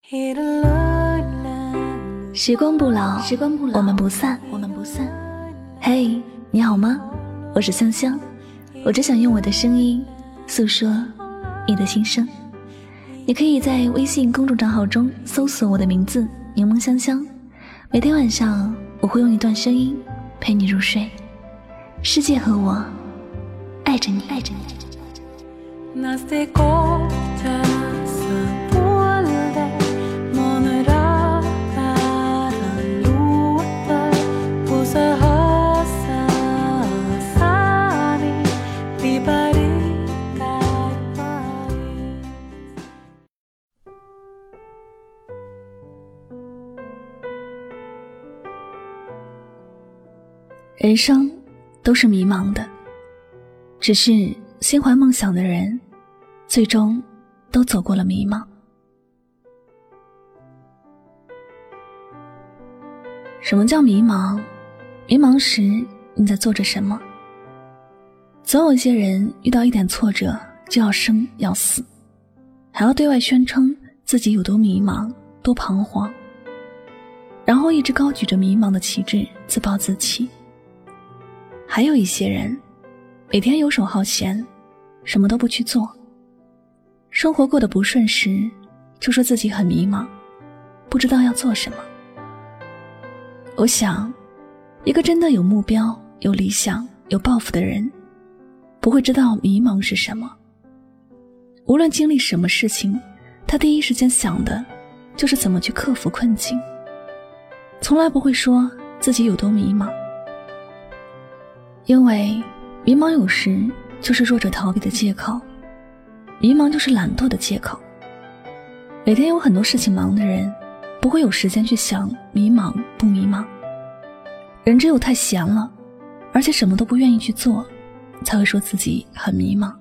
时光不老，我们不散。嘿，你好吗？我是香香，我只想用我的声音诉说你的心声。你可以在微信公众账号中搜索我的名字柠檬香香，每天晚上我会用一段声音陪你入睡。世界和我爱着你，爱着你。人生都是迷茫的，只是心怀梦想的人最终都走过了迷茫。什么叫迷茫？迷茫时你在做着什么？总有一些人遇到一点挫折就要生要死，还要对外宣称自己有多迷茫多彷徨，然后一直高举着迷茫的旗帜自暴自弃。还有一些人每天游手好闲，什么都不去做，生活过得不顺时就说自己很迷茫，不知道要做什么。我想一个真的有目标有理想有抱负的人不会知道迷茫是什么。无论经历什么事情，他第一时间想的就是怎么去克服困境，从来不会说自己有多迷茫。因为迷茫有时就是弱者逃避的借口，迷茫就是懒惰的借口。每天有很多事情忙的人不会有时间去想迷茫不迷茫，人只有太闲了，而且什么都不愿意去做，才会说自己很迷茫。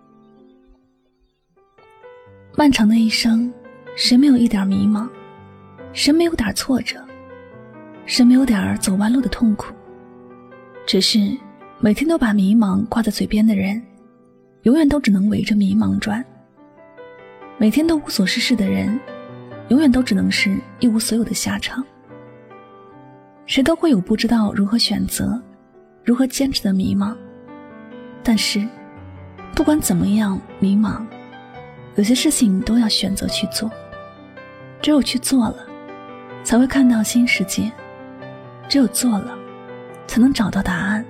漫长的一生，谁没有一点迷茫？谁没有点挫折？谁没有点走弯路的痛苦？只是每天都把迷茫挂在嘴边的人，永远都只能围着迷茫转。每天都无所事事的人，永远都只能是一无所有的下场。谁都会有不知道如何选择如何坚持的迷茫，但是不管怎么样迷茫，有些事情都要选择去做。只有去做了，才会看到新世界，只有做了，才能找到答案。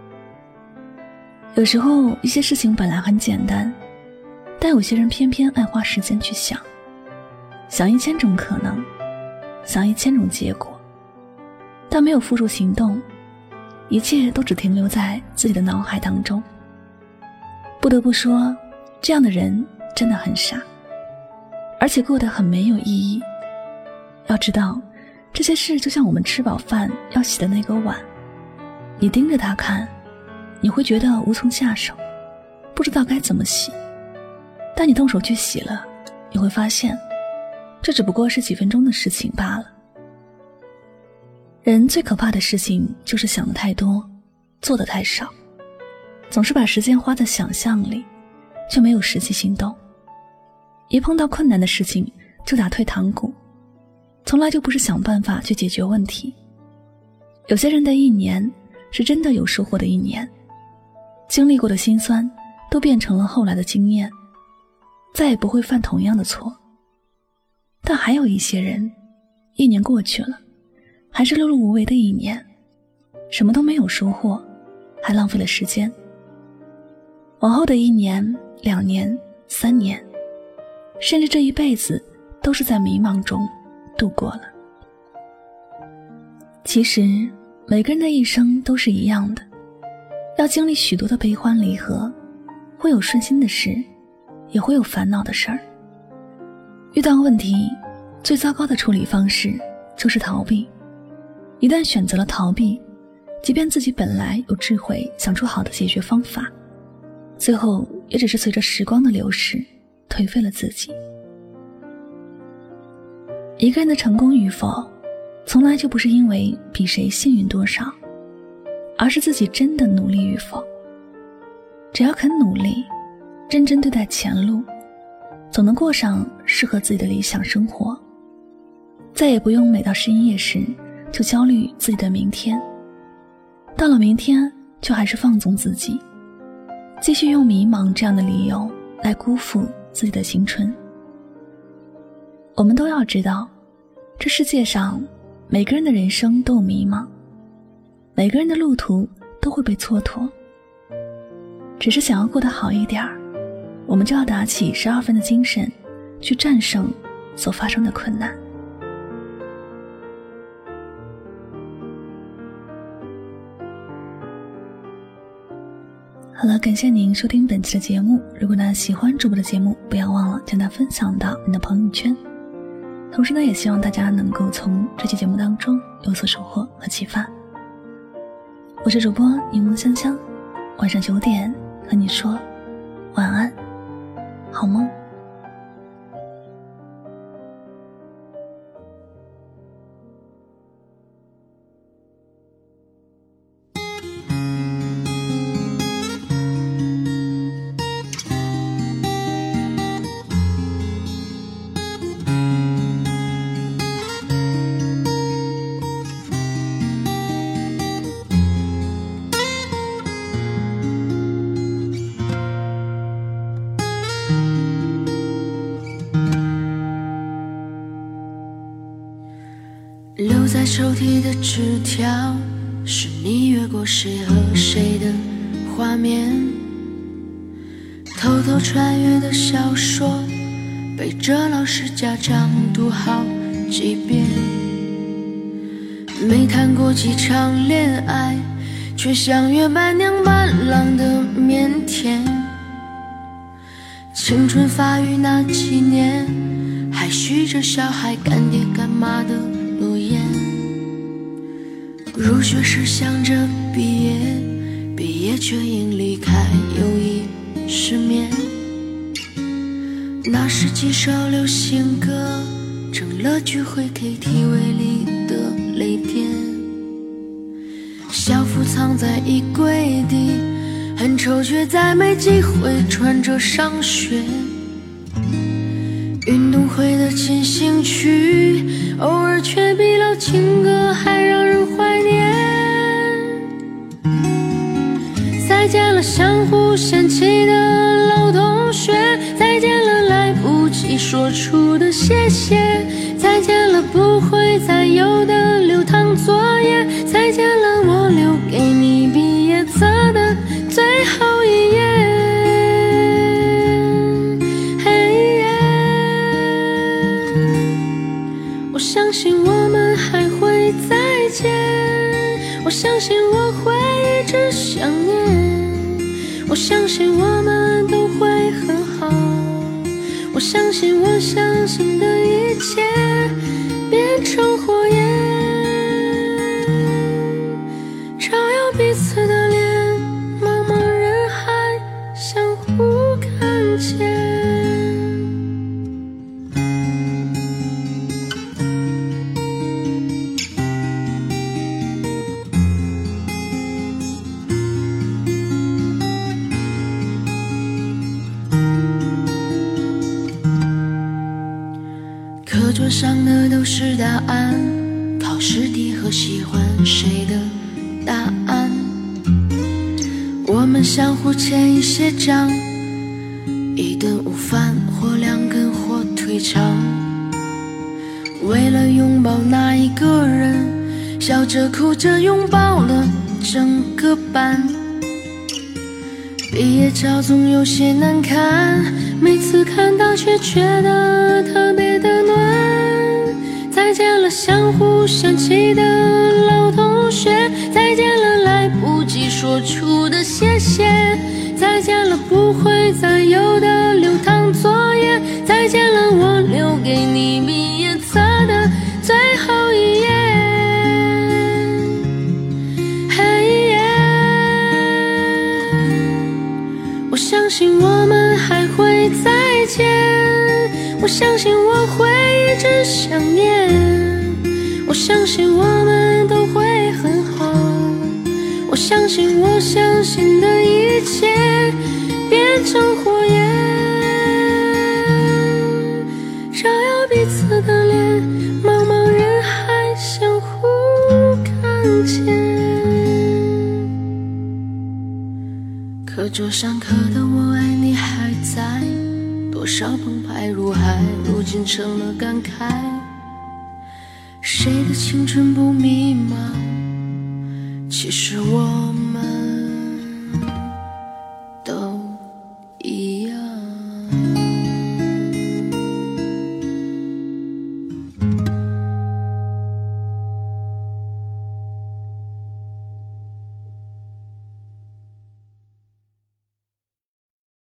有时候一些事情本来很简单，但有些人偏偏爱花时间去想，想1000种可能，想1000种结果，但没有付诸行动，一切都只停留在自己的脑海当中。不得不说，这样的人真的很傻，而且过得很没有意义。要知道，这些事就像我们吃饱饭要洗的那个碗，你盯着它看，你会觉得无从下手，不知道该怎么洗。但你动手去洗了，你会发现这只不过是几分钟的事情罢了。人最可怕的事情就是想得太多，做得太少，总是把时间花在想象里，却没有实际行动。一碰到困难的事情就打退堂鼓，从来就不是想办法去解决问题。有些人的一年是真的有收获的一年，经历过的辛酸都变成了后来的经验，再也不会犯同样的错。但还有一些人，一年过去了，还是碌碌无为的一年，什么都没有收获，还浪费了时间。往后的1年、2年、3年，甚至这一辈子都是在迷茫中度过了。其实每个人的一生都是一样的，要经历许多的悲欢离合，会有顺心的事，也会有烦恼的事儿。遇到问题，最糟糕的处理方式就是逃避。一旦选择了逃避，即便自己本来有智慧想出好的解决方法，最后也只是随着时光的流逝颓废了自己。一个人的成功与否，从来就不是因为比谁幸运多少，而是自己真的努力与否。只要肯努力，认真对待前路，总能过上适合自己的理想生活， 再也不用每到深夜时就焦虑自己的明天，到了明天就还是放纵自己，继续用迷茫这样的理由来辜负自己的青春。我们都要知道，这世界上每个人的人生都有迷茫，每个人的路途都会被蹉跎，只是想要过得好一点，我们就要打起12分的精神去战胜所发生的困难。好了，感谢您收听本期的节目。如果呢喜欢主播的节目，不要忘了将它分享到你的朋友圈。同时呢，也希望大家能够从这期节目当中有所收获和启发。我是主播柠檬香香，晚上9点和你说晚安，好梦。 留在抽屉的纸条，是你越过谁和谁的画面，偷偷穿越的小说，背着老师家长读好几遍。没谈过几场恋爱，却像约伴娘伴郎的腼腆。青春发育那几年，还许着小孩干爹干妈的诺言。入学时想着毕业，毕业却因离开友谊失眠。那时几首流行歌，成了聚会 KTV 里的泪点。校服藏在衣柜底，很丑却再没机会穿着上学。运动会的进行曲，偶尔却比老情歌还让人怀念。再见了相互嫌弃的老同学，再见了来不及说出的谢谢，再见了不会再有的流淌作业，再见了我留给你毕业册的最后一页。我相信我们还会再见，我相信我会一直想念，我相信我们都会很好，我相信我相信的一切变成火焰，照耀彼此的脸，茫茫人海相互看见。课桌上的都是答案，考试题和喜欢谁的答案，我们相互欠一些账，一顿午饭或2根火腿肠，为了拥抱那一个人，笑着哭着拥抱了整个班。毕业照总有些难看，每次看到却觉得特别的暖。再见了相互嫌弃的老同学，再见了来不及说出的谢谢，再见了不会再有的流淌作业，再见了我留给你毕业册的最后一页。我相信我们还会再见，我相信我会一直想念，我相信我们都会很好，我相信我相信的一切变成火焰，照耀彼此的脸，茫茫人桌上刻的我爱你还在，多少澎湃如海，如今成了感慨。谁的青春不迷茫？其实我